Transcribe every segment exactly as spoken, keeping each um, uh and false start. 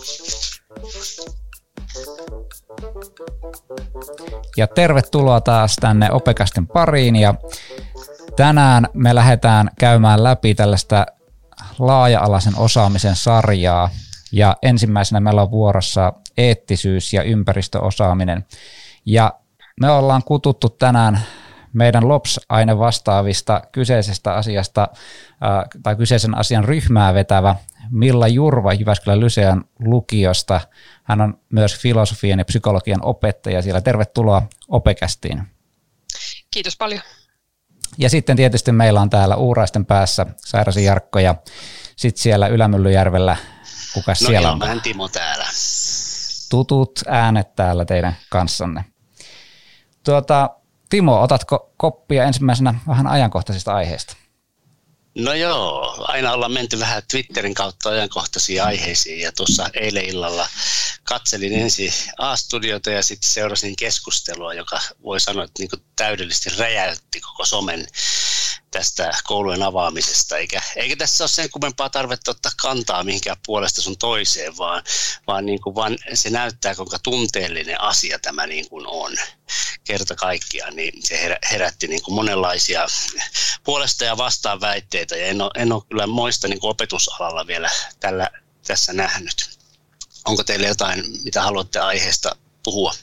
Ja tervetuloa taas tänne Opecastin pariin ja tänään me lähdetään käymään läpi tällaista laaja-alaisen osaamisen sarjaa ja ensimmäisenä meillä on vuorossa eettisyys ja ympäristöosaaminen ja me ollaan kututtu tänään meidän Lops-aine vastaavista kyseisestä asiasta äh, tai kyseisen asian ryhmää vetävä Milla Jurva Jyväskylän Lysean lukiosta. Hän on myös filosofian ja psykologian opettaja siellä. Tervetuloa Opecastiin. Kiitos paljon. Ja sitten tietysti meillä on täällä Uuraisten päässä Sairasi Jarkko ja sitten siellä Ylämyllyjärvellä, kukas no siellä joo, on? No joo, Timo täällä. Tutut äänet täällä teidän kanssanne. Tuota, Timo, otatko koppia ensimmäisenä vähän ajankohtaisista aiheista? No joo, aina ollaan menty vähän Twitterin kautta ajankohtaisiin aiheisiin ja tuossa eilen illalla katselin ensin A-studiota ja sitten seurasin keskustelua, joka voi sanoa, että niinku täydellisesti räjäytti koko somen tästä koulujen avaamisesta, eikä, eikä tässä ole sen kummempaa tarvetta ottaa kantaa mihinkään puolesta sun toiseen, vaan, vaan, niin kuin, vaan se näyttää, kuinka tunteellinen asia tämä niin kuin on. Kerta kaikkiaan, niin se herätti niin kuin monenlaisia puolesta ja vastaan väitteitä, ja en ole, en ole kyllä moista niin kuin opetusalalla vielä tällä, tässä nähnyt. Onko teille jotain, mitä haluatte aiheesta puhua?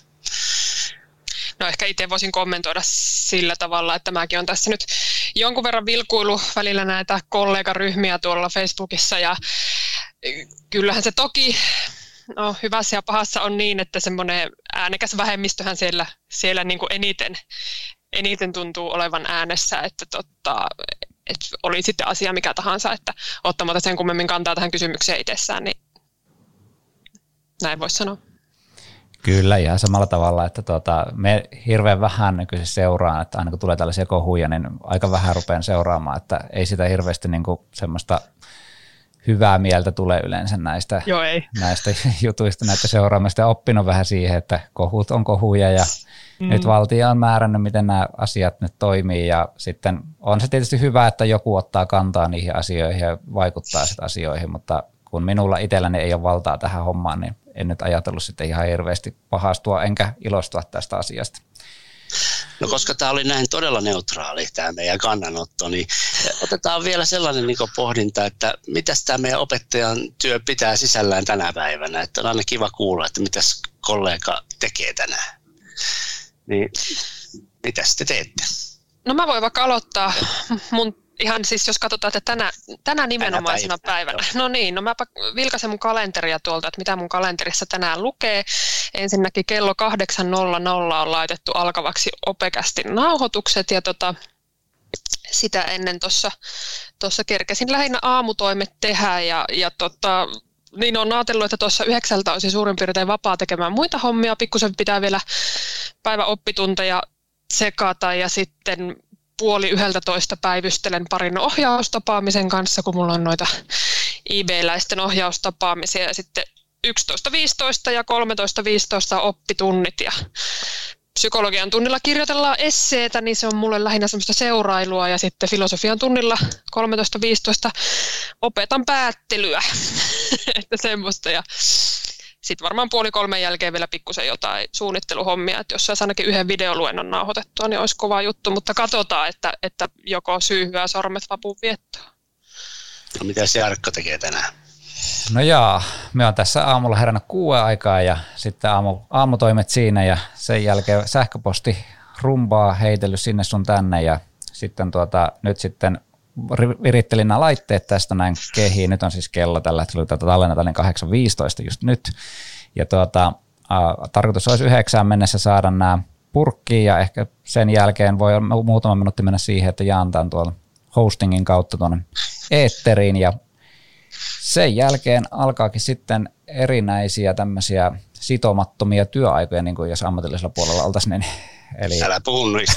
No ehkä itse voisin kommentoida sillä tavalla, että mäkin olen tässä nyt jonkun verran vilkuillut välillä näitä kollegaryhmiä tuolla Facebookissa ja kyllähän se toki no, hyvässä ja pahassa on niin, että semmoinen äänekäs vähemmistöhän siellä, siellä niin kuin eniten, eniten tuntuu olevan äänessä, että, totta, että oli sitten asia mikä tahansa, että ottamatta sen kummemmin kantaa tähän kysymykseen itsessään, niin näin voisi sanoa. Kyllä, ihan samalla tavalla, että tuota, me hirveän vähän nykyisin seuraan, että aina kun tulee tällaisia kohuja, niin aika vähän rupean seuraamaan, että ei sitä hirveästi niin kuin semmoista hyvää mieltä tulee yleensä näistä, Joo, ei. näistä jutuista, näitä seuraamista ja oppinut vähän siihen, että kohut on kohuja ja mm. nyt valtio on määrännyt, miten nämä asiat nyt toimii ja sitten on se tietysti hyvä, että joku ottaa kantaa niihin asioihin ja vaikuttaa sitten asioihin, mutta kun minulla itselläni ei ole valtaa tähän hommaan, niin en nyt ajatellut sitten ihan hirveästi pahastua enkä ilostua tästä asiasta. No koska tämä oli näin todella neutraali tämä meidän kannanotto, niin otetaan vielä sellainen niin kuin pohdinta, että mitäs tämä meidän opettajan työ pitää sisällään tänä päivänä. Että on aina kiva kuulla, että mitäs kollega tekee tänään. Niin mitäs te teette? No mä voin vaikka aloittaa mun ihan siis jos katsotaan, että tänä, tänä nimenomaisena tänä päivänä. päivänä. No niin, no mäpä vilkaisen mun kalenteria tuolta, että mitä mun kalenterissa tänään lukee. Ensinnäkin kello kahdeksan nolla nolla on laitettu alkavaksi Opecastin nauhoitukset ja tota, sitä ennen tuossa tossa kerkesin lähinnä aamutoimet tehdä ja, ja tota, niin on ajatellut, että tuossa yhdeksältä olisi suurin piirtein vapaa tekemään muita hommia. Pikkusen pitää vielä päivän oppitunteja sekata ja sitten puoli yhdeltä toista päivystelen parin ohjaustapaamisen kanssa, kun mulla on noita I B-läisten ohjaustapaamisia ja sitten yksitoista viisitoista ja kolmetoista viisitoista oppitunnit ja psykologian tunnilla kirjoitellaan esseetä, niin se on mulle lähinnä semmoista seurailua ja sitten filosofian tunnilla kolmetoista viisitoista opetan päättelyä, että semmoista ja sitten varmaan puoli kolmen jälkeen vielä pikkusen jotain suunnitteluhommia, että jos saisi ainakin yhden videoluennon nauhoitettua, niin olisi kova juttu, mutta katsotaan, että, että joko syyhyää sormet vapun viettoon. No mitä se Jarkko tekee tänään? No jaa, me on tässä aamulla herännyt kuuden aikaa ja sitten aamu, aamutoimet siinä ja sen jälkeen sähköposti rumbaa heitellyt sinne sun tänne ja sitten tuota, nyt sitten virittelin nämä laitteet tästä näin kehiin. Nyt on siis kello tällä hetkellä, tätä tallennetaan kahdeksan viisitoista just nyt. Ja tuota, ä, tarkoitus olisi yhdeksään mennessä saada nämä purkkiin ja ehkä sen jälkeen voi muutama minuutti mennä siihen, että jaan tämän tuolla hostingin kautta tuonne eetteriin ja sen jälkeen alkaakin sitten erinäisiä tämmöisiä sitomattomia työaikoja, niin kuin jos ammatillisella puolella oltaisiin. Niin, eli älä puhu niistä.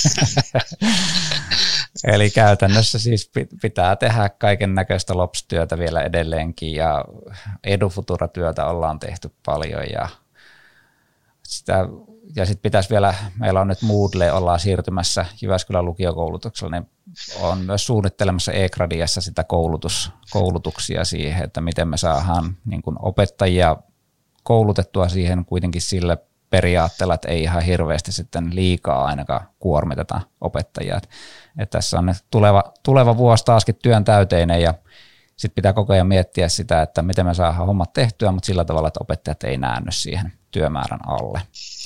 Eli käytännössä siis pitää tehdä kaiken näköistä Lops-työtä vielä edelleenkin ja EduFutura-työtä ollaan tehty paljon ja sitä ja sitten pitäisi vielä, meillä on nyt Moodle, ollaan siirtymässä Jyväskylän lukiokoulutuksella, niin on myös suunnittelemassa E-Gradiassa sitä koulutus, koulutuksia siihen, että miten me saadaan niin kuin opettajia koulutettua siihen kuitenkin sille periaatteella, että ei ihan hirveästi sitten liikaa ainakaan kuormiteta opettajia. Et, et tässä on tuleva, tuleva vuosi taaskin työn täyteinen ja sitten pitää koko ajan miettiä sitä, että miten me saadaan hommat tehtyä, mutta sillä tavalla, että opettajat ei näänny siihen työmäärän alle.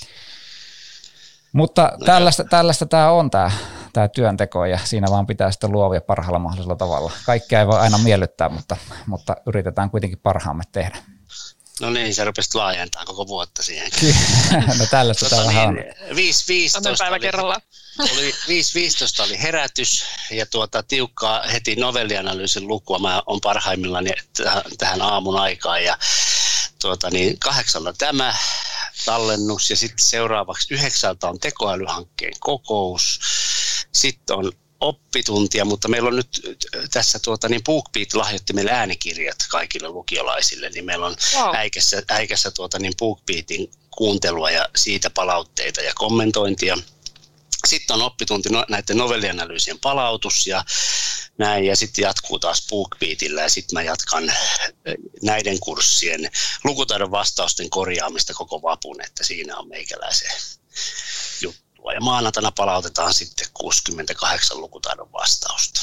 Mutta tällaista, tällaista tämä on tämä, tämä työnteko ja siinä vaan pitää sitten luovia parhaalla mahdollisella tavalla. Kaikkea ei voi aina miellyttää, mutta, mutta yritetään kuitenkin parhaamme tehdä. No niin, se rupesi laajentamaan koko vuotta siihen. No tällaista tota, tämä niin, on. viisi viisitoista oli, viisi viisitoista oli herätys ja tuota, tiukkaa heti novellianalyysin lukua. Mä olen parhaimmillani tähän, tähän aamun aikaan ja tuota, niin kahdeksalla tämä tallennus ja sitten seuraavaksi yhdeksältä on tekoälyhankkeen kokous. Sitten on oppituntia, mutta meillä on nyt tässä tuota, niin BookBeat lahjoitti meille äänikirjat kaikille lukiolaisille, niin meillä on wow. äikässä, äikässä tuota, niin BookBeatin kuuntelua ja siitä palautteita ja kommentointia. Sitten on oppitunti näiden novellianalyysien palautus ja näin, ja sitten jatkuu taas BookBeatillä, ja sitten mä jatkan näiden kurssien lukutaidon vastausten korjaamista koko vapun, että siinä on meikäläisen juttu. Ja maanantaina palautetaan sitten kuusikymmentäkahdeksan lukutaidon vastausta.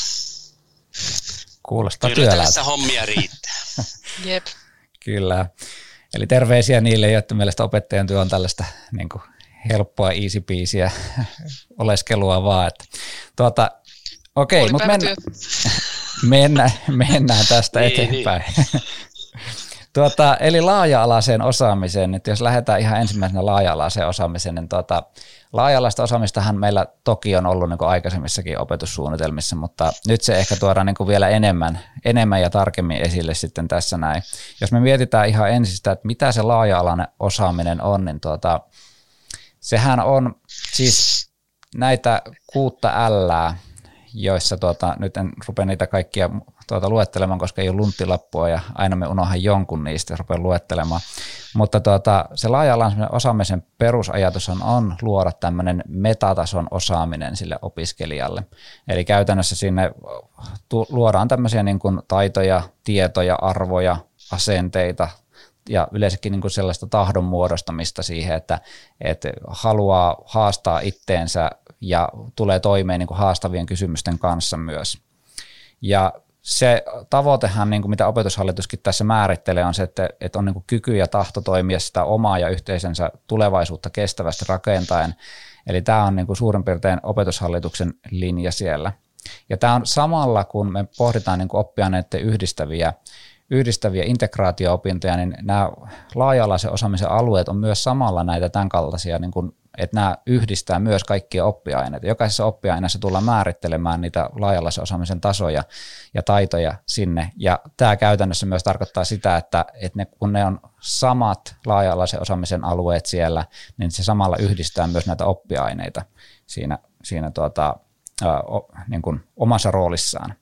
Kuulostaa työlältä. Kyllä tässä hommia riittää. Jep. Kyllä. Eli terveisiä niille, joiden mielestä opettajan työ on tällaista niin kuin helppoa, easy peasyä oleskelua vaan. Että, tuota, okei, mutta mennä, mennä, mennään tästä niin, eteenpäin. Niin. Tuota, eli laaja-alaiseen osaamiseen, että jos lähdetään ihan ensimmäisenä laaja-alaiseen osaamiseen, niin tuota, laaja-alaista osaamistahan meillä toki on ollut niin kuin aikaisemmissakin opetussuunnitelmissa, mutta nyt se ehkä tuodaan niin kuin vielä enemmän, enemmän ja tarkemmin esille sitten tässä näin. Jos me mietitään ihan ensin sitä, että mitä se laaja-alainen osaaminen on, niin tuota, sehän on siis näitä kuutta ällää, joissa tuota, nyt en rupea niitä kaikkia tuota luettelemaan, koska ei ole lunttilappua ja aina me unohan jonkun niistä ja rupean luettelemaan. Mutta tuota, se laaja-alaisen osaamisen perusajatus on, on luoda tämmöinen metatason osaaminen sille opiskelijalle. Eli käytännössä sinne tu- luodaan tämmöisiä niin kuin taitoja, tietoja, arvoja, asenteita ja yleensäkin niin kuin sellaista tahdon muodostamista siihen, että, että haluaa haastaa itteensä ja tulee toimeen niin kuin haastavien kysymysten kanssa myös. Ja se tavoitehan, niin kuin mitä opetushallituskin tässä määrittelee, on se, että, että on niin kuin kyky ja tahto toimia sitä omaa ja yhteisönsä tulevaisuutta kestävästi rakentaen. Eli tämä on niin kuin suurin piirtein opetushallituksen linja siellä. Ja tämä on samalla, kun me pohditaan niin kuin oppiaineiden yhdistäviä, yhdistäviä integraatio-opintoja, niin nämä laaja-alaisen osaamisen alueet on myös samalla näitä tämän kaltaisia, niin kuin, että nämä yhdistää myös kaikkia oppiaineita. Jokaisessa oppiaineessa tullaan määrittelemään niitä laaja-alaisen osaamisen tasoja ja taitoja sinne, ja tämä käytännössä myös tarkoittaa sitä, että, että ne, kun ne on samat laaja-alaisen osaamisen alueet siellä, niin se samalla yhdistää myös näitä oppiaineita siinä, siinä tuota, o, niin kuin omassa roolissaan.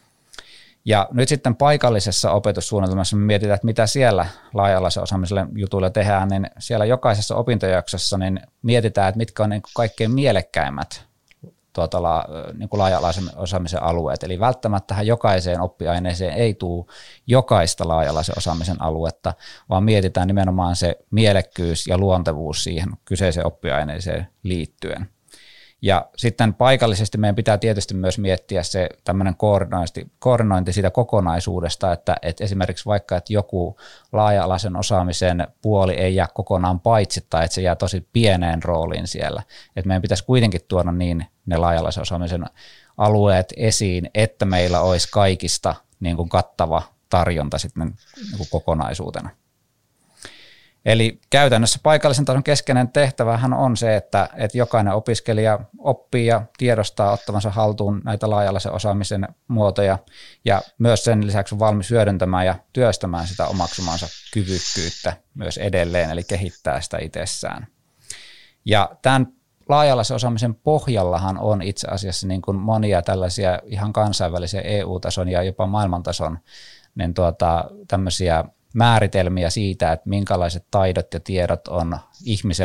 Ja nyt sitten paikallisessa opetussuunnitelmassa me mietitään, että mitä siellä laaja-alaisen osaamiselle jutuilla tehdään, niin siellä jokaisessa opintojaksossa niin mietitään, että mitkä on niin kuin kaikkein mielekkäimmät tuota, niin kuin laaja-alaisen osaamisen alueet. Eli välttämättä jokaiseen oppiaineeseen ei tule jokaista laaja-alaisen osaamisen aluetta, vaan mietitään nimenomaan se mielekkyys ja luontevuus siihen kyseiseen oppiaineeseen liittyen. Ja sitten paikallisesti meidän pitää tietysti myös miettiä se tämmöinen koordinointi, koordinointi siitä kokonaisuudesta, että, että esimerkiksi vaikka, että joku laaja-alaisen osaamisen puoli ei jää kokonaan paitsi tai että se jää tosi pieneen rooliin siellä. Että meidän pitäisi kuitenkin tuoda niin ne laaja-alaisen osaamisen alueet esiin, että meillä olisi kaikista niin kuin kattava tarjonta sitten niin kuin kokonaisuutena. Eli käytännössä paikallisen tason keskeinen tehtävähän on se, että, että jokainen opiskelija oppii ja tiedostaa ottavansa haltuun näitä laaja-alaisen osaamisen muotoja ja myös sen lisäksi on valmis hyödyntämään ja työstämään sitä omaksumansa kyvykkyyttä myös edelleen, eli kehittää sitä itsessään. Ja tämän laaja-alaisen osaamisen pohjallahan on itse asiassa niin kuin monia tällaisia ihan kansainvälisiä E U-tason ja jopa maailmantason niin tuota, tämmöisiä määritelmiä siitä, että minkälaiset taidot ja tiedot on ihmiselle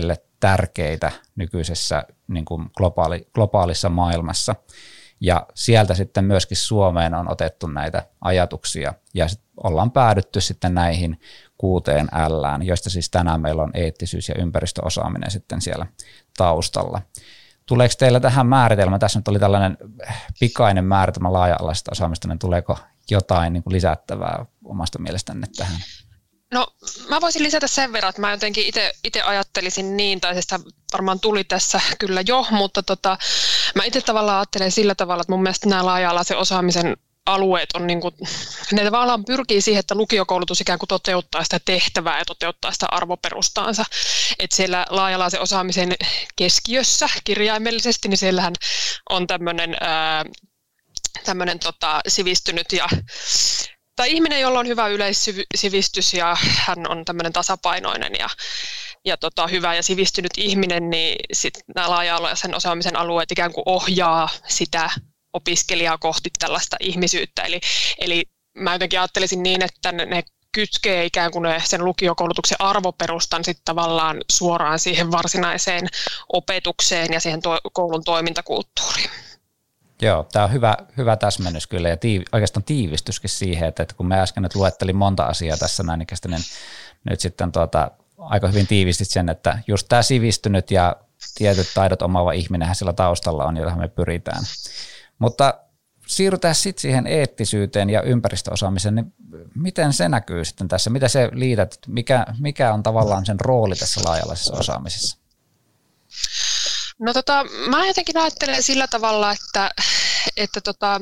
tärkeitä nykyisessä niin kuin globaali, globaalissa maailmassa. Ja sieltä sitten myöskin Suomeen on otettu näitä ajatuksia ja sit ollaan päädytty sitten näihin kuuteen L:ään, joista siis tänään meillä on eettisyys ja ympäristöosaaminen sitten siellä taustalla. Tuleeko teillä tähän määritelmä, tässä nyt oli tällainen pikainen määritelmä laaja-alaisesta osaamista, niin tuleeko jotain niin kuin lisättävää omasta mielestänne tähän? No mä voisin lisätä sen verran, että mä jotenkin itse ajattelisin niin, tai sitä varmaan tuli tässä kyllä jo, mutta tota, mä itse tavallaan ajattelen sillä tavalla, että mun mielestä nämä laaja-alaisen osaamisen alueet on niin kuin, ne tavallaan pyrkii siihen, että lukiokoulutus ikään kuin toteuttaa sitä tehtävää ja toteuttaa sitä arvoperustaansa. Että siellä laaja-alaisen osaamisen keskiössä kirjaimellisesti, niin siellähän on tämmöinen ää, tämmöinen tota, sivistynyt ja tai ihminen, jolla on hyvä yleissivistys ja hän on tämmöinen tasapainoinen ja, ja tota, hyvä ja sivistynyt ihminen, niin sitten nämä laaja-alaisen osaamisen alueet ikään kuin ohjaa sitä opiskelijaa kohti tällaista ihmisyyttä. Eli, eli mä jotenkin ajattelisin niin, että ne kytkee ikään kuin ne sen lukiokoulutuksen arvoperustan sitten tavallaan suoraan siihen varsinaiseen opetukseen ja siihen to- koulun toimintakulttuuriin. Joo, tämä on hyvä, hyvä täsmennys kyllä ja tiiv, oikeastaan tiivistyskin siihen, että, että kun mä äsken nyt luettelin monta asiaa tässä näin ikäistä, niin nyt sitten tuota, aika hyvin tiivistit sen, että just tämä sivistynyt ja tietyt taidot omaava ihminenhän sillä taustalla on, johon me pyritään. Mutta siirrytään sitten siihen eettisyyteen ja ympäristöosaamiseen, niin miten se näkyy sitten tässä? Mitä se liität, mikä, mikä on tavallaan sen rooli tässä laaja-alaisessa osaamisessa? No tota, mä jotenkin ajattelen sillä tavalla, että, että tota,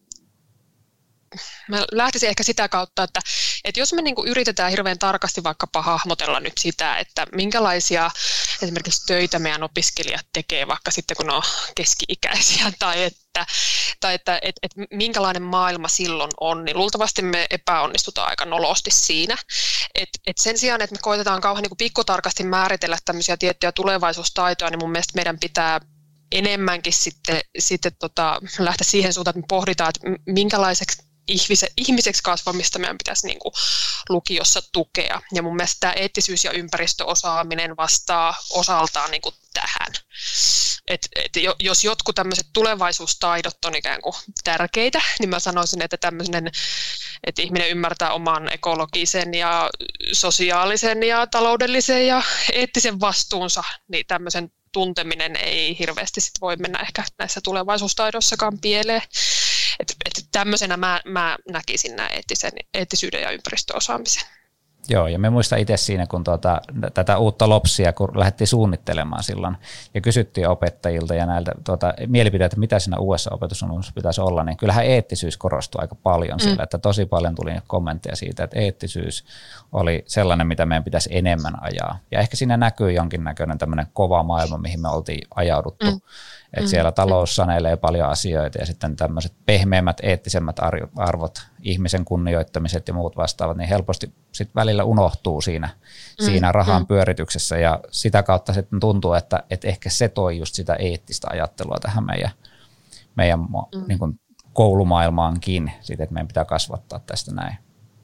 mä lähtisin ehkä sitä kautta, että, että jos me niinku yritetään hirveän tarkasti vaikkapa hahmotella nyt sitä, että minkälaisia esimerkiksi töitä meidän opiskelijat tekee vaikka sitten kun ne on keski-ikäisiä tai että, tai että et, et minkälainen maailma silloin on, niin luultavasti me epäonnistutaan aika nolosti siinä. Et, et sen sijaan, että me koitetaan kauhean niin kuin pikkutarkasti määritellä tämmöisiä tiettyjä tulevaisuustaitoja, niin mun mielestä meidän pitää enemmänkin sitten, sitten tota, lähteä siihen suuntaan, että me pohditaan, että minkälaiseksi ihmiseksi kasvamista meidän pitäisi niin kuin lukiossa tukea. Ja mun mielestä tämä eettisyys ja ympäristöosaaminen vastaa osaltaan niin kuin tähän. Et, et jos jotkut tämmöiset tulevaisuustaidot on ikään kuin tärkeitä, niin mä sanoisin, että tämmöinen, että ihminen ymmärtää oman ekologisen ja sosiaalisen ja taloudellisen ja eettisen vastuunsa, niin tämmöisen tunteminen ei hirveästi sit voi mennä ehkä näissä tulevaisuustaidoissakaan pieleen. Että et tämmöisenä mä, mä näkisin nämä eettisen, eettisyyden ja ympäristöosaamisen. Joo, ja me muistan itse siinä, kun tuota, tätä uutta lopsia, kun lähdettiin suunnittelemaan silloin, ja kysyttiin opettajilta ja näiltä tuota, mielipiteitä, mitä siinä uudessa opetussuunnitelmassa pitäisi olla, niin kyllähän eettisyys korostui aika paljon mm. sillä, että tosi paljon tuli kommentteja siitä, että eettisyys oli sellainen, mitä meidän pitäisi enemmän ajaa. Ja ehkä siinä näkyy jonkinnäköinen tämmöinen kova maailma, mihin me oltiin ajauduttu. Mm. Että siellä talous sanelee paljon asioita ja sitten tämmöiset pehmeämmät, eettisemmät arvot, ihmisen kunnioittamiset ja muut vastaavat, niin helposti sitten välillä unohtuu siinä, mm, siinä rahan mm. pyörityksessä ja sitä kautta sitten tuntuu, että, että ehkä se toi just sitä eettistä ajattelua tähän meidän, meidän mm. niin kuin koulumaailmaankin, siitä, että meidän pitää kasvattaa tästä näin.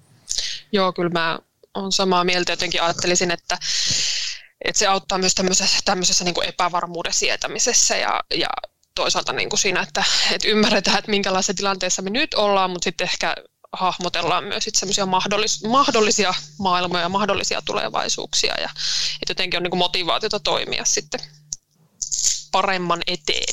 Joo, kyllä mä oon samaa mieltä, jotenkin ajattelisin, että että se auttaa myös tämmöisessä, tämmöisessä niin kuin epävarmuuden sietämisessä ja, ja toisaalta niin kuin siinä, että, että ymmärretään, että minkälaisessa tilanteessa me nyt ollaan, mutta sitten ehkä hahmotellaan myös semmoisia mahdollis, mahdollisia maailmoja ja mahdollisia tulevaisuuksia ja että jotenkin on niin kuin motivaatiota toimia sitten paremman eteen.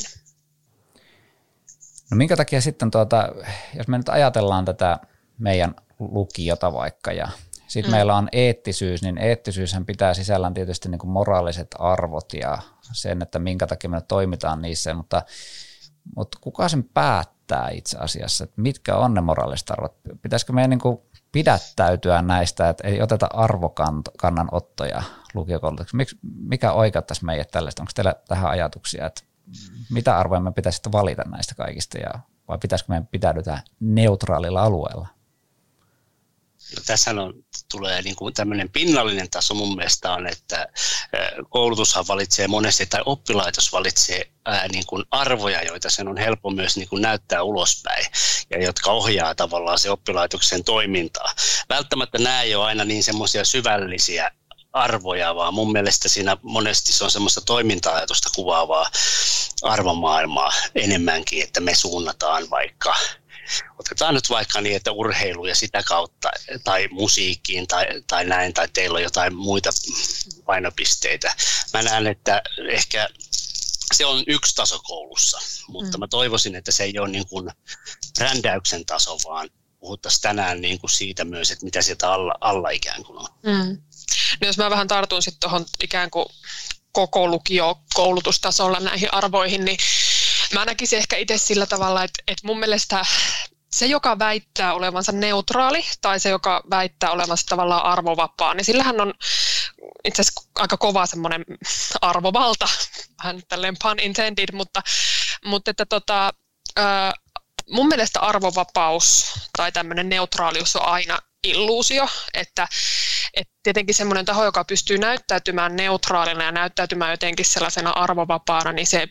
No minkä takia sitten, tuota, jos me nyt ajatellaan tätä meidän lukiota vaikka ja sitten mm. meillä on eettisyys, niin eettisyyshän pitää sisällään tietysti niin kuin moraaliset arvot ja sen, että minkä takia me toimitaan niissä, mutta, mutta kuka sen päättää itse asiassa, että mitkä on ne moraaliset arvot? Pitäisikö meidän niin kuin pidättäytyä näistä, että ei oteta arvokannanottoja lukiokoulutuksessa? Mikä oikeuttaisi meidät tällaista? Onko teillä tähän ajatuksia, että mitä arvoja me pitäisi valita näistä kaikista ja vai pitäisikö meidän pitäydytä neutraalilla alueella? No, tässä on, tulee niin kuin tämmöinen pinnallinen taso mun mielestä on, että koulutushan valitsee monesti tai oppilaitos valitsee ää, niin kuin arvoja, joita sen on helppo myös niin kuin näyttää ulospäin ja jotka ohjaa tavallaan se oppilaitoksen toimintaa. Välttämättä nämä ei ole aina niin semmoisia syvällisiä arvoja, vaan mun mielestä siinä monesti se on semmoista toiminta-ajatusta kuvaavaa arvomaailmaa enemmänkin, että me suunnataan vaikka, otetaan nyt vaikka niin, että urheilu ja sitä kautta, tai musiikkiin tai, tai näin, tai teillä on jotain muita painopisteitä. Mä näen, että ehkä se on yksi taso koulussa, mutta mm. mä toivoisin, että se ei ole niin kuin brändäyksen taso, vaan puhuttaisiin tänään niin kuin siitä myös, että mitä sieltä alla, alla ikään kuin on. Mm. No jos mä vähän tartun sitten tuohon ikään kuin koko lukiokoulutustasolla näihin arvoihin, niin mä näkisin ehkä itse sillä tavalla, että, että mun mielestä se, joka väittää olevansa neutraali tai se, joka väittää olevansa tavallaan arvovapaa, niin sillähän on itse asiassa aika kova semmoinen arvovalta, vähän tälleen pun intended, mutta, mutta että tota, ää, mun mielestä arvovapaus tai tämmöinen neutraalius on aina illuusio, että, että tietenkin semmoinen taho, joka pystyy näyttäytymään neutraalina ja näyttäytymään jotenkin sellaisena arvovapaana, niin se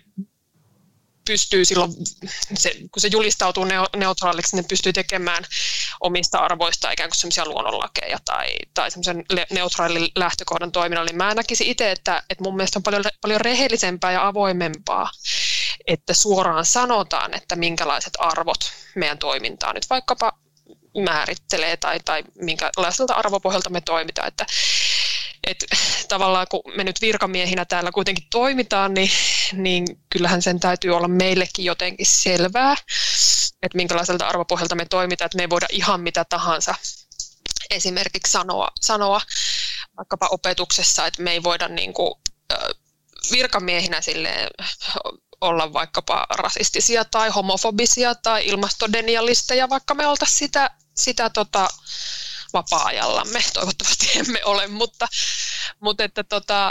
pystyy silloin, se, kun se julistautuu neutraaliksi, niin pystyy tekemään omista arvoista ikään kuin semmoisia luonnonlakeja tai, tai semmoisen neutraalin lähtökohdan toiminnalle. Mä näkisin itse, että, että mun mielestä on paljon, paljon rehellisempää ja avoimempaa, että suoraan sanotaan, että minkälaiset arvot meidän toimintaa nyt vaikkapa määrittelee tai, tai minkälaiselta arvopohjalta me toimitaan. Että, että tavallaan kun me nyt virkamiehinä täällä kuitenkin toimitaan, niin, niin kyllähän sen täytyy olla meillekin jotenkin selvää, että minkälaiselta arvopohjalta me toimitaan, että me ei voida ihan mitä tahansa esimerkiksi sanoa, sanoa vaikkapa opetuksessa, että me ei voida niin kuin, virkamiehinä silleen olla vaikkapa rasistisia tai homofobisia tai ilmastodenialisteja, vaikka me oltaisiin sitä, sitä tota, vapaa-ajallamme. Toivottavasti emme ole, mutta, mutta että tota,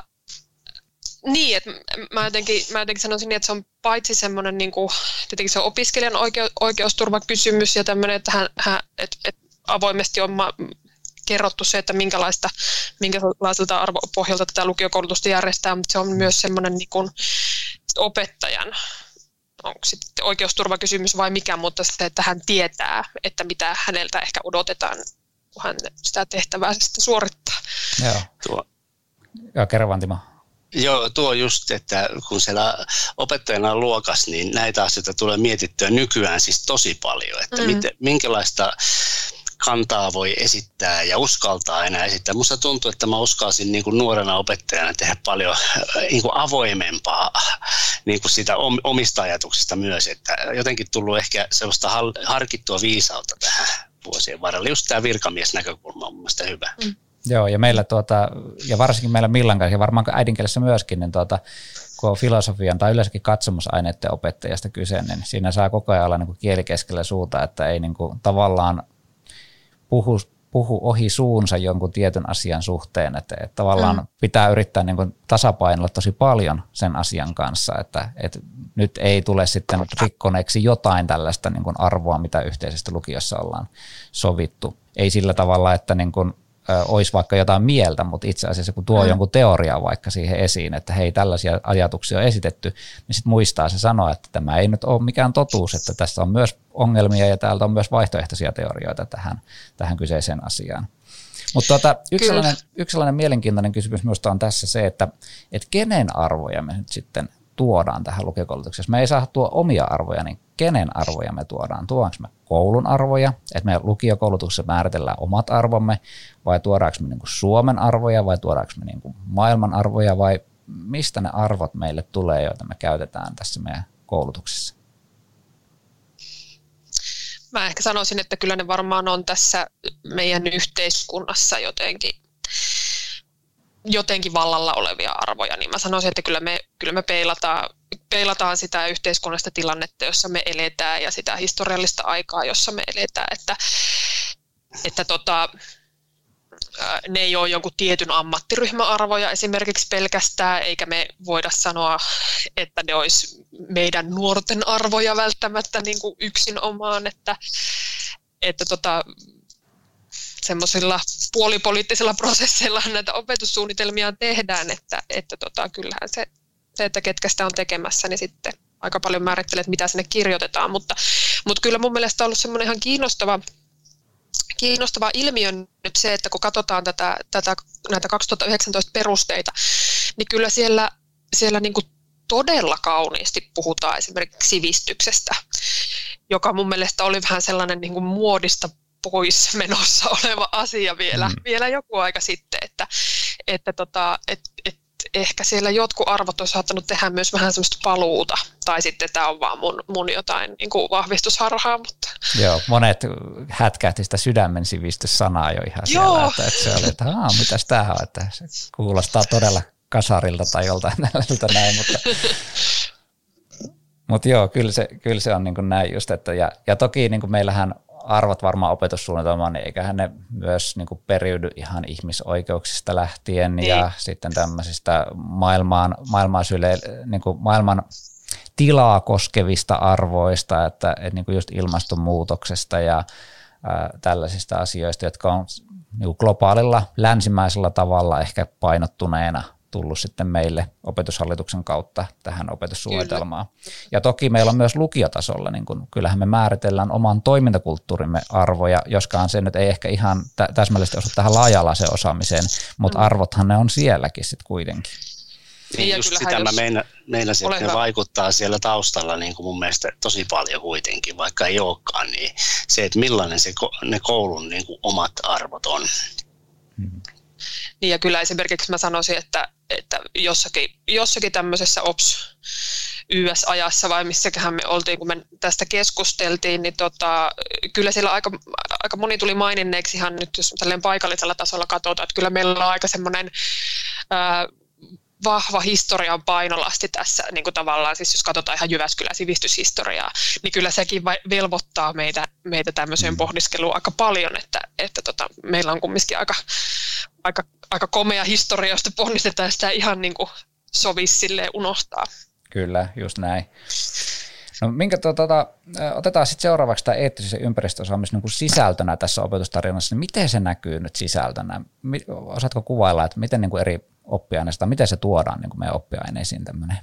niin, että mä jotenkin, mä jotenkin sanoisin, että se on paitsi semmoinen, niin kuin, tietenkin se on opiskelijan oikeu, oikeusturvakysymys ja tämmöinen, että, hän, hän, että, että avoimesti on ma, kerrottu se, että minkälaista, minkälaiselta arvopohjalta tätä lukiokoulutusta järjestää, mutta se on myös semmoinen niin kuin opettajan, onko sitten oikeusturvakysymys vai mikä, mutta se, että hän tietää, että mitä häneltä ehkä odotetaan, kun hän sitä tehtävää sitten suorittaa. Joo, tuo. Joo kerro vaan Timo. Joo, tuo just, että kun siellä opettajana on luokas, niin näitä asioita tulee mietittyä nykyään siis tosi paljon, että mm. miten, minkälaista kantaa voi esittää ja uskaltaa enää esittää. Musta tuntuu, että mä uskalsin niin kuin nuorena opettajana tehdä paljon niin kuin avoimempaa niin kuin sitä omista ajatuksista myös, että jotenkin tullut ehkä sellaista harkittua viisautta tähän vuosien varrella. Just tämä virkamiesnäkökulma on mun mielestä hyvä. Mm. Joo, ja meillä tuota, ja varsinkin meillä Millan kanssa, ja varmaan äidinkielessä myöskin, niin tuota, kun on filosofian tai yleensäkin katsomusaineiden opettajasta kyse, niin siinä saa koko ajan olla niin kuin kieli keskellä suuta, että ei niin kuin tavallaan puhu, puhu ohi suunsa jonkun tietyn asian suhteen, että, että tavallaan mm. pitää yrittää niin kuin tasapainolla tosi paljon sen asian kanssa, että, että nyt ei tule sitten rikkoneeksi jotain tällaista niin kuin arvoa, mitä yhteisessä lukiossa ollaan sovittu. Ei sillä tavalla, että niin kuin olisi vaikka jotain mieltä, mutta itse asiassa kun tuo mm. jonkun teoriaa vaikka siihen esiin, että hei tällaisia ajatuksia on esitetty, niin sitten muistaa se sanoa, että tämä ei nyt ole mikään totuus, että tässä on myös ongelmia ja täältä on myös vaihtoehtoisia teorioita tähän, tähän kyseiseen asiaan. Mutta tuota, yksi, sellainen, yksi sellainen mielenkiintoinen kysymys minusta on tässä se, että, että kenen arvoja me nyt sitten tuodaan tähän lukiokoulutukseen. Jos me ei saa tuoda omia arvoja, niin kenen arvoja me tuodaan? Tuodaanko me koulun arvoja, että me lukiokoulutuksessa määritellään omat arvomme, vai tuodaanko me niin kuin Suomen arvoja, vai tuodaanko me niin kuin maailman arvoja, vai mistä ne arvot meille tulee, joita me käytetään tässä meidän koulutuksessa? Mä ehkä sanoisin, että kyllä ne varmaan on tässä meidän yhteiskunnassa jotenkin, jotenkin vallalla olevia arvoja, niin mä sanoisin, että kyllä me, kyllä me peilataan, peilataan sitä yhteiskunnallista tilannetta, jossa me eletään ja sitä historiallista aikaa, jossa me eletään, että, että tota, ne ei ole jonkun tietyn ammattiryhmän arvoja esimerkiksi pelkästään, eikä me voida sanoa, että ne olisi meidän nuorten arvoja välttämättä niin kuin yksinomaan, että, että tota, semmoisilla puolipoliittisilla prosesseilla näitä opetussuunnitelmia tehdään, että, että tota, kyllähän se, se, että ketkä sitä on tekemässä, niin sitten aika paljon määrittelee, että mitä sinne kirjoitetaan, mutta, mutta kyllä mun mielestä on ollut semmoinen ihan kiinnostava kiinnostava ilmiö nyt se, että kun katsotaan tätä, tätä, näitä kaksituhattayhdeksäntoista perusteita, niin kyllä siellä, siellä niin kuin todella kauniisti puhutaan esimerkiksi sivistyksestä, joka mun mielestä oli vähän sellainen niin kuin muodista pois menossa oleva asia vielä, mm. vielä joku aika sitten, että, että tota, et, et ehkä siellä jotkut arvot on saattanut tehdä myös vähän semmoista paluuta, tai sitten tämä on vaan mun, mun jotain niin kuin vahvistusharhaa. Mutta. Joo, monet hätkähti sitä sydämen sivistyssanaa jo ihan Joo. siellä, että, että se oli, että haa, mitäs tämähän on, että se kuulostaa todella kasarilta tai joltain näin, mutta, mutta joo, kyllä se, kyllä se on niin kuin näin just, että ja, ja toki niin kuin meillähän arvot varmaan opetussuunnitelmaan, niin eiköhän ne myös niin kuin periydy ihan ihmisoikeuksista lähtien niin. ja sitten tämmöisistä maailmaan, maailmaan, syle, niin kuin maailman tilaa koskevista arvoista, että, että niin kuin just ilmastonmuutoksesta ja ää, tällaisista asioista, jotka on niin kuin globaalilla länsimäisellä tavalla ehkä painottuneena tullut sitten meille opetushallituksen kautta tähän opetussuunnitelmaan. Kyllä. Ja toki meillä on myös lukiotasolla, niin kun, kyllähän me määritellään oman toimintakulttuurimme arvoja, joskaan se nyt ei ehkä ihan tä- täsmällisesti osu tähän laaja-alaiseen osaamiseen, mutta mm. arvothan ne on sielläkin sitten kuitenkin. Niin just sitä mä meina, meinasin, että ne hyvä. vaikuttaa siellä taustalla niin kuin mun mielestä tosi paljon kuitenkin, vaikka ei olekaan, niin se, että millainen se, ne koulun niin kuin omat arvot on. Hmm. Niin ja kyllä esimerkiksi mä sanoisin, että, että jossakin, jossakin tämmöisessä ops Y S-ajassa vai missäköhän me oltiin, kun me tästä keskusteltiin, niin tota, kyllä siellä aika, aika moni tuli maininneeksi ihan nyt, jos tälleen paikallisella tasolla katsotaan, että kyllä meillä on aika semmoinen ää, vahva historian painolasti tässä, niin kuin tavallaan, siis jos katsotaan ihan Jyväskylän sivistyshistoriaa, niin kyllä sekin velvoittaa meitä, meitä tämmöiseen pohdiskeluun aika paljon, että, että tota, meillä on kumminkin aika, aika, aika komea historia, josta ponnistetaan sitä ihan niin kuin sovisi silleen unohtaa. Kyllä, just näin. No, minkä, tuota, otetaan sitten seuraavaksi tämä eettisen ympäristöosaamisen niin sisältönä tässä opetustarinassa. Miten se näkyy nyt sisältönä? Osaatko kuvailla, että miten niin kuin eri oppiaineista, miten se tuodaan niin kuin meidän oppiaineisiin tämmöinen?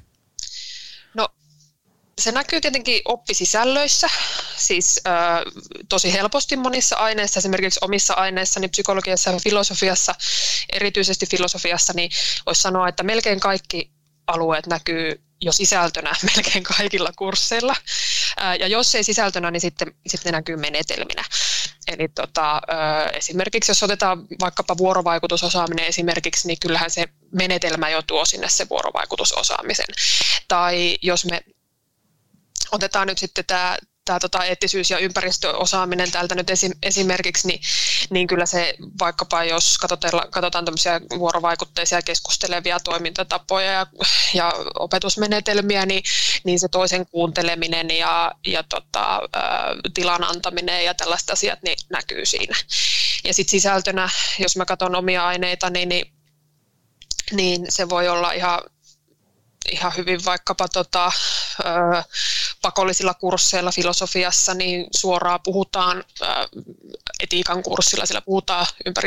No se näkyy tietenkin oppisisällöissä, siis äh, tosi helposti monissa aineissa, esimerkiksi omissa aineissa, niin psykologiassa ja filosofiassa, erityisesti filosofiassa, niin voisi sanoa, että melkein kaikki alueet näkyy jo sisältönä melkein kaikilla kursseilla. Ja jos ei sisältönä, niin sitten, sitten ne näkyy menetelminä. Eli tota, esimerkiksi jos otetaan vaikkapa vuorovaikutusosaaminen esimerkiksi, niin kyllähän se menetelmä jo tuo sinne se vuorovaikutusosaamisen. Tai jos me otetaan nyt sitten tämä Tämä tota, eettisyys- ja ympäristöosaaminen täältä nyt esi- esimerkiksi, niin, niin kyllä se vaikkapa jos katsotaan, katsotaan tämmöisiä vuorovaikutteisia keskustelevia toimintatapoja ja, ja opetusmenetelmiä, niin, niin se toisen kuunteleminen ja, ja tota, ä, tilan antaminen ja tällaiset asiat niin näkyy siinä. Ja sitten sisältönä, jos mä katson omia aineita, niin, niin, niin se voi olla ihan ihan hyvin vaikkapa tota, ö, pakollisilla kursseilla filosofiassa, niin suoraan puhutaan ö, etiikan kurssilla, siellä puhutaan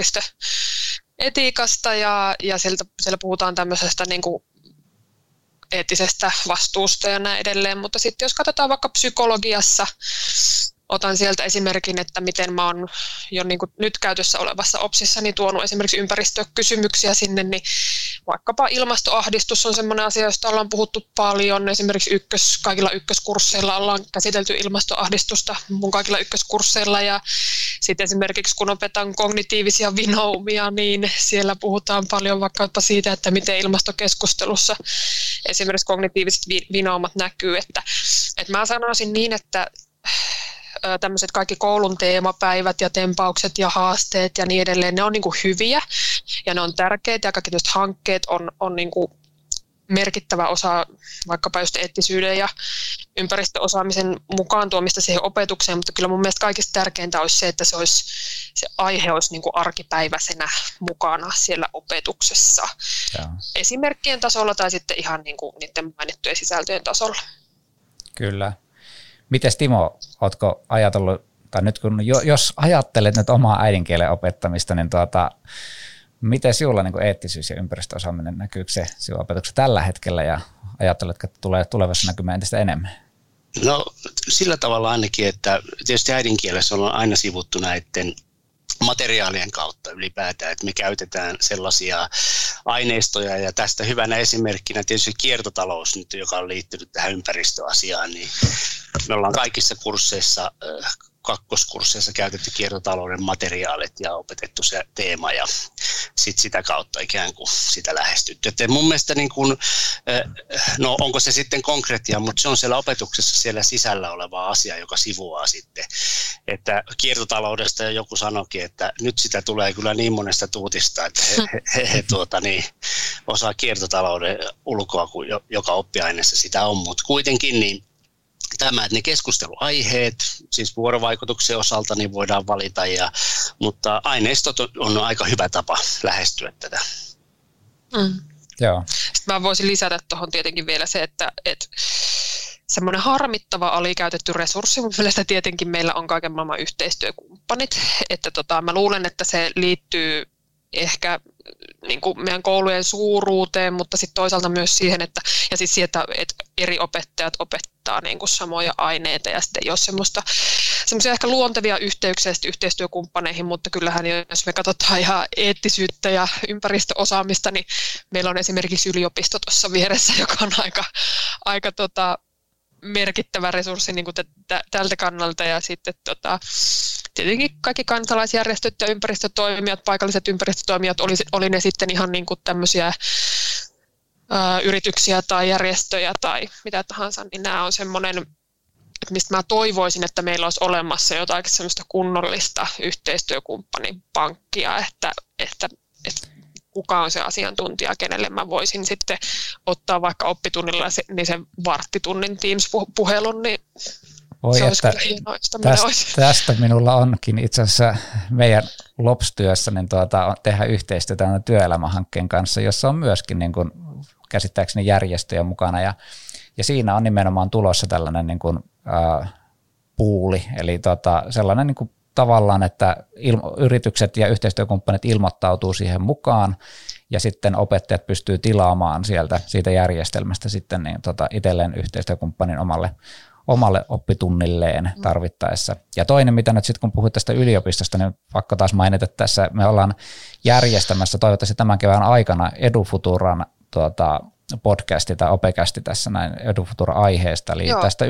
ympäristöetiikasta ja, ja sieltä, siellä puhutaan tämmöisestä niin kuin eettisestä vastuusta ja näin edelleen, mutta sitten jos katsotaan vaikka psykologiassa, otan sieltä esimerkin, että miten mä oon jo niin kuin nyt käytössä olevassa opsissa niin tuonut esimerkiksi ympäristökysymyksiä sinne, niin vaikkapa ilmastoahdistus on sellainen asia, josta ollaan puhuttu paljon. Esimerkiksi ykkös, kaikilla ykköskursseilla ollaan käsitelty ilmastoahdistusta mun kaikilla ykköskursseilla ja sitten esimerkiksi kun opetan kognitiivisia vinoumia, niin siellä puhutaan paljon vaikkapa siitä, että miten ilmastokeskustelussa esimerkiksi kognitiiviset vinoumat näkyy. Että, että mä sanoisin niin, että tämmöiset kaikki koulun teemapäivät ja tempaukset ja haasteet ja niin edelleen, ne on niin kuin hyviä ja ne on tärkeitä ja kaikki tämmöiset hankkeet on, on niin kuin merkittävä osa vaikkapa just eettisyyden ja ympäristöosaamisen mukaan tuomista siihen opetukseen, mutta kyllä mun mielestä kaikista tärkeintä olisi se, että se, olisi, se aihe olisi niin kuin arkipäiväisenä mukana siellä opetuksessa. Ja. Esimerkkien tasolla tai sitten ihan niin kuin niiden mainittujen sisältöjen tasolla. Kyllä. Mites Timo, ootko ajatellut, tai nyt kun, jos ajattelet nyt omaa äidinkielen opettamista, niin tuota, miten sinulla niin kuin eettisyys ja ympäristöosaaminen, näkyykö se sinun opetuksessa tällä hetkellä ja ajatteletko, että tulee tulevassa näkymään entistä enemmän? No sillä tavalla ainakin, että tietysti äidinkielessä on aina sivuttu näiden materiaalien kautta ylipäätään, että me käytetään sellaisia aineistoja, ja tästä hyvänä esimerkkinä tietysti kiertotalous nyt, joka on liittynyt tähän ympäristöasiaan, niin me ollaan kaikissa kursseissa, kakkoskursseissa käytetty kiertotalouden materiaalit ja opetettu se teema ja sit sitä kautta ikään kuin sitä lähestytty. Et mun mielestä, niin kun, no onko se sitten konkreettia, mutta se on siellä opetuksessa siellä sisällä oleva asia, joka sivuaa sitten. Että kiertotaloudesta joku sanoikin, että nyt sitä tulee kyllä niin monesta tuutista, että he, he, he tuota, niin, osaa kiertotalouden ulkoa kuin joka oppiaineessa sitä on, mutta kuitenkin niin tämä, että ne keskusteluaiheet, siis vuorovaikutuksen osalta, niin voidaan valita, ja, mutta aineistot on aika hyvä tapa lähestyä tätä. Mm. Joo. Sitten mä voisin lisätä tuohon tietenkin vielä se, että, että semmoinen harmittava alikäytetty resurssi, mun mielestä tietenkin meillä on kaiken maailman yhteistyökumppanit, että tota, mä luulen, että se liittyy ehkä niin kuin meidän koulujen suuruuteen, mutta sitten toisaalta myös siihen, että, ja siis siihen, että, että eri opettajat opettaa niin kuin samoja aineita, ja sitten ei ole semmoista, semmoisia ehkä luontevia yhteyksiä yhteistyökumppaneihin, mutta kyllähän jos me katsotaan ihan eettisyyttä ja ympäristöosaamista, niin meillä on esimerkiksi yliopisto tuossa vieressä, joka on aika, aika tota, merkittävä resurssi niin kuin t- tältä kannalta, ja sitten tota, tietenkin kaikki kansalaisjärjestöt ja ympäristötoimijat, paikalliset ympäristötoimijat, oli, oli ne sitten ihan niin kuin tämmöisiä ää, yrityksiä tai järjestöjä tai mitä tahansa, niin nämä on semmoinen, mistä mä toivoisin, että meillä olisi olemassa jotain semmoista kunnollista yhteistyökumppanipankkia, että, että, että kuka on se asiantuntija, kenelle mä voisin sitten ottaa vaikka oppitunnilla se, niin sen varttitunnin Teams-puhelun, niin Oi, se olisi että kyllä hienoa, jos tästä, olisi. tästä minulla onkin itse asiassa meidän Lops-työssä niin tuota, tehdä yhteistyötä työelämähankkeen kanssa, jossa on myöskin niin kuin, käsittääkseni järjestöjä mukana, ja, ja siinä on nimenomaan tulossa tällainen niin kuin, äh, puuli, eli tuota, sellainen niin kuin, tavallaan, että ilmo- yritykset ja yhteistyökumppanit ilmoittautuu siihen mukaan, ja sitten opettajat pystyy tilaamaan sieltä siitä järjestelmästä sitten niin, tota, itselleen yhteistyökumppanin omalle omalle oppitunnilleen tarvittaessa. Ja toinen, mitä nyt sitten kun puhuit tästä yliopistosta, niin vaikka taas mainita tässä, me ollaan järjestämässä toivottavasti tämän kevään aikana EduFuturan tuota, podcasti tai opekästi tässä näin EduFutura-aiheesta, eli Joo. tästä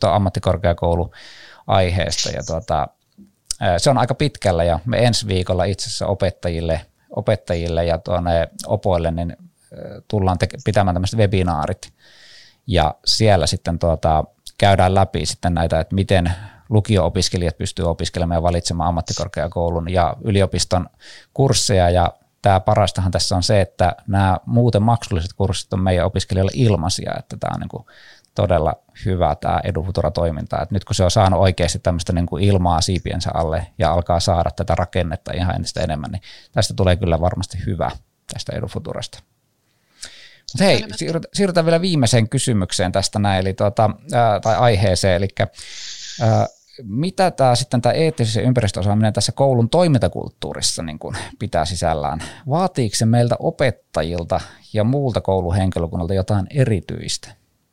yliopisto-ammattikorkeakoulu-aiheesta. Ja tuota, se on aika pitkällä, ja me ensi viikolla itse asiassa opettajille, opettajille ja tuonne opoille niin tullaan te- pitämään tämmöiset webinaarit, ja siellä sitten tuota, käydään läpi sitten näitä, että miten lukio-opiskelijat pystyy opiskelemaan ja valitsemaan ammattikorkeakoulun ja yliopiston kursseja, ja tämä parastahan tässä on se, että nämä muuten maksulliset kurssit on meidän opiskelijoille ilmaisia, että tämä on niin kuin todella hyvä tämä EduFutura-toiminta, että nyt kun se on saanut oikeasti tämmöistä niin kuin ilmaa siipiensä alle ja alkaa saada tätä rakennetta ihan entistä enemmän, niin tästä tulee kyllä varmasti hyvä tästä EduFuturasta. Mutta hei, siirrytään vielä viimeiseen kysymykseen tästä näin, eli tuota, ää, tai aiheeseen, eli ää, mitä tämä sitten tämä eettisen ympäristöosaaminen tässä koulun toimintakulttuurissa niin kun pitää sisällään? Vaatiiko se meiltä opettajilta ja muulta kouluhenkilökunnalta jotain erityistä?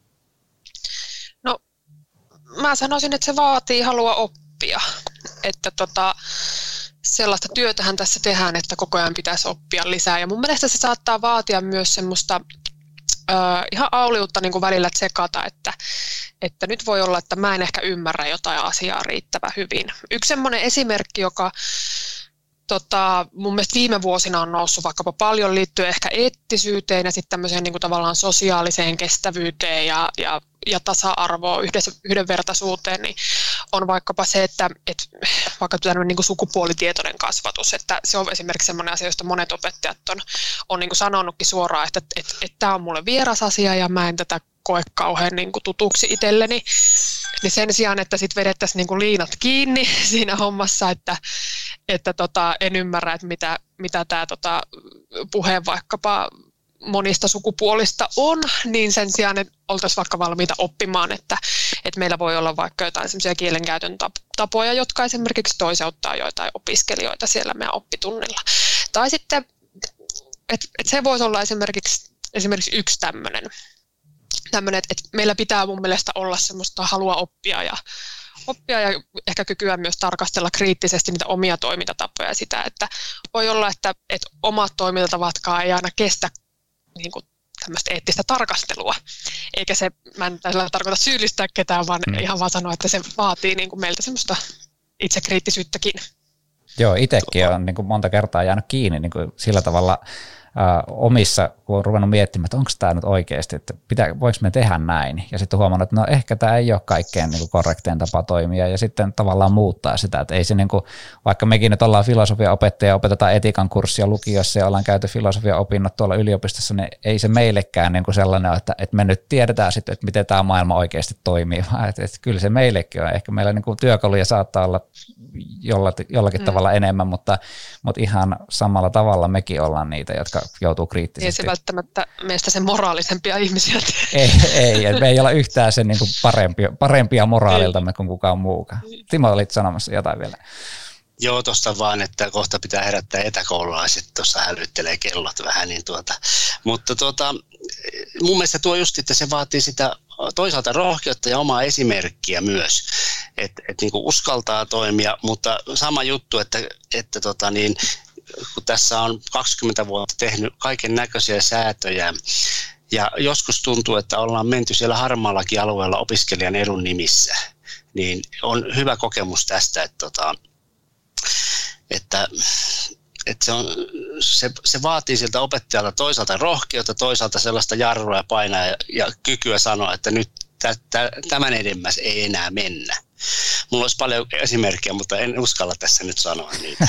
No, mä sanoisin, että se vaatii halua oppia, että tota, sellaista työtähän tässä tehdään, että koko ajan pitäisi oppia lisää, ja mun mielestä se saattaa vaatia myös semmoista äh, ihan auliutta niin kuin välillä tsekata, että, että nyt voi olla, että mä en ehkä ymmärrä jotain asiaa riittävän hyvin. Yksi semmoinen esimerkki, joka tota, mun mielestä viime vuosina on noussut vaikkapa paljon liittyen ehkä eettisyyteen ja sitten tämmöiseen niin kuin tavallaan sosiaaliseen kestävyyteen ja, ja, ja tasa-arvoon, yhdessä, yhdenvertaisuuteen, niin on vaikkapa se, että, että vaikka tämmöinen niin kuin sukupuolitietoinen kasvatus, että se on esimerkiksi semmoinen asia, josta monet opettajat on, on niin kuin sanonutkin suoraan, että, että, että tämä on mulle vieras asia ja mä en tätä koe kauhean niin kuin tutuksi itselleni, niin sen sijaan, että sitten vedettäisiin niin kuin liinat kiinni siinä hommassa, että, että tota, en ymmärrä, että mitä, mitä tämä tota, puhe vaikkapa monista sukupuolista on, niin sen sijaan, että oltaisiin vaikka valmiita oppimaan, että, että meillä voi olla vaikka jotain semmoisia kielenkäytön tapoja, jotka esimerkiksi toiseuttaa joitain opiskelijoita siellä meidän oppitunnilla. Tai sitten, että, että se voisi olla esimerkiksi, esimerkiksi yksi tämmöinen, tämmöinen, että meillä pitää mun mielestä olla semmoista halua oppia ja oppia ja ehkä kykyä myös tarkastella kriittisesti niitä omia toimintatapoja ja sitä, että voi olla, että, että omat toimintatavatkaan ei aina kestä niin kuin tämmöistä eettistä tarkastelua. Eikä se, mä en tällä tarkoita syyllistää ketään, vaan mm. ihan vaan sanoa, että se vaatii niin kuin meiltä semmoista itsekriittisyyttäkin. Joo, itsekin on niin kuin monta kertaa jäänyt kiinni niin kuin sillä tavalla ä, omissa, kun on ruvennut miettimään, että onko tämä nyt oikeasti, että pitää, voiko me tehdä näin. Ja sitten huomannut, että no ehkä tämä ei ole kaikkein niin kuin korrektein tapa toimia ja sitten tavallaan muuttaa sitä, että ei se niin kuin, vaikka mekin nyt ollaan filosofiaopettajia, opetetaan etiikan kurssia lukiossa ja ollaan käyty filosofiaopinnot tuolla yliopistossa, niin ei se meillekään niin kuin sellainen, että, että me nyt tiedetään sitten, että miten tämä maailma oikeasti toimii, vaan että, että kyllä se meillekin on. Ehkä meillä niin kuin työkaluja saattaa olla jollakin, jollakin mm. tavalla enemmän, mutta, mutta ihan samalla tavalla mekin ollaan niitä, jotka joutuu kriittisesti. Ei se välttämättä meistä sen moraalisempia ihmisiä. Ei, ei, me ei olla yhtään sen niin kuin parempia, parempia moraaliltamme kuin kukaan muukaan. Timo, olit sanomassa jotain vielä. Joo, tuosta vaan, että kohta pitää herättää etäkoululaiset, tuossa hälyttelee kellot vähän. Niin tuota. Mutta tuota, mun mielestä tuo just, että se vaatii sitä toisaalta rohkeutta ja omaa esimerkkiä myös, että et niinku uskaltaa toimia, mutta sama juttu, että, että tota niin, kun tässä on kaksikymmentä vuotta tehnyt kaiken näköisiä säätöjä ja joskus tuntuu, että ollaan menty siellä harmaallakin alueella opiskelijan edun nimissä, niin on hyvä kokemus tästä, että, tota, että, että se, on, se, se vaatii siltä opettajalta toisaalta rohkeutta, toisaalta sellaista jarrua ja painaa ja, ja kykyä sanoa, että nyt tä, tä, tämän edemmäs ei enää mennä. Mulla olisi paljon esimerkkejä, mutta en uskalla tässä nyt sanoa niitä.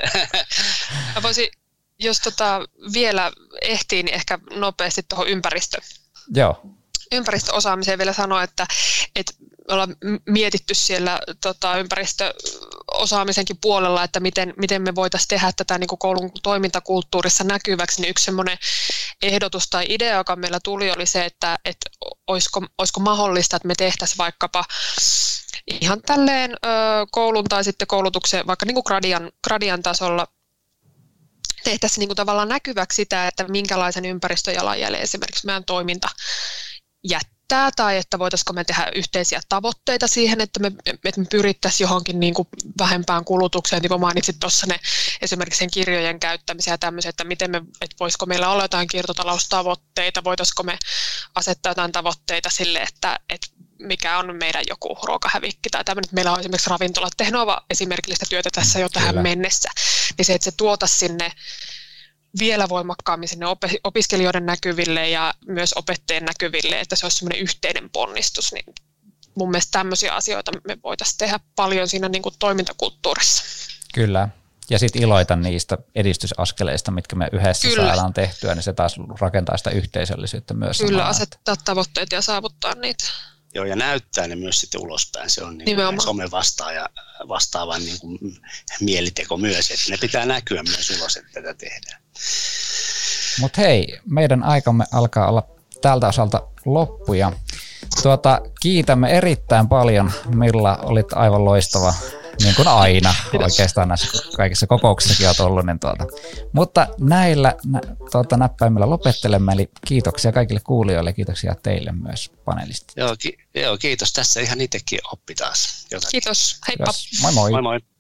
Mä voisin, jos tota vielä ehtii, niin ehkä nopeasti tuohon ympäristö. Joo. ympäristöosaamiseen vielä sanoa, että, että me ollaan mietitty siellä tota, ympäristöosaamisenkin puolella, että miten, miten me voitaisiin tehdä tätä niin kuin koulun toimintakulttuurissa näkyväksi, niin yksi semmoinen ehdotus tai idea, joka meillä tuli, oli se, että, että olisiko, olisiko mahdollista, että me tehtäisiin vaikkapa ihan tälleen ö, koulun tai sitten koulutuksen, vaikka niin kuin gradian, gradian tasolla, tehtäisiin niin kuin tavallaan näkyväksi sitä, että minkälaisen ympäristöjalanjäljen esimerkiksi meidän toiminta jättää, tai että voitaisiinko me tehdä yhteisiä tavoitteita siihen, että me, että me pyrittäisiin johonkin niin kuin vähempään kulutukseen. Niin kuin mainitsit tuossa ne esimerkiksi sen kirjojen käyttämisiä ja tämmöisiä, että miten me, että voisiko meillä olla jotain kiertotaloustavoitteita, voitaisiinko me asettaa jotain tavoitteita sille, että, että mikä on meidän joku ruokahävikki tai tämmöinen, että meillä on esimerkiksi ravintolat tehnyt esimerkillistä työtä tässä jo tähän Kyllä. mennessä, niin se, että se tuota sinne vielä voimakkaammin sinne opiskelijoiden näkyville ja myös opettajien näkyville, että se olisi semmoinen yhteinen ponnistus, niin mun mielestä tämmöisiä asioita me voitaisiin tehdä paljon siinä niin kuin toimintakulttuurissa. Kyllä, ja sitten iloita niistä edistysaskeleista, mitkä me yhdessä Kyllä. saadaan tehtyä, niin se taas rakentaa sitä yhteisöllisyyttä myös. Kyllä, asettaa tavoitteita ja saavuttaa niitä. Joo, ja näyttää ne myös sitten ulospäin. Se on niin some vastaaja, vastaavan niin kuin mieliteko myös, että ne pitää näkyä myös ulos, että tätä tehdään. Mutta hei, meidän aikamme alkaa olla tältä osalta loppu ja tuota, kiitämme erittäin paljon. Milla, olit aivan loistava, niin kuin aina oikeastaan näissä kaikissa kokouksissakin olet ollut. Niin tuota. Mutta näillä nä, tuota, näppäimillä lopettelemme, eli kiitoksia kaikille kuulijoille, kiitoksia teille myös panelistit. Joo, ki- joo kiitos. Tässä ihan itsekin oppi taas jotakin. Kiitos, heippa. Yes, moi moi. Moi moi.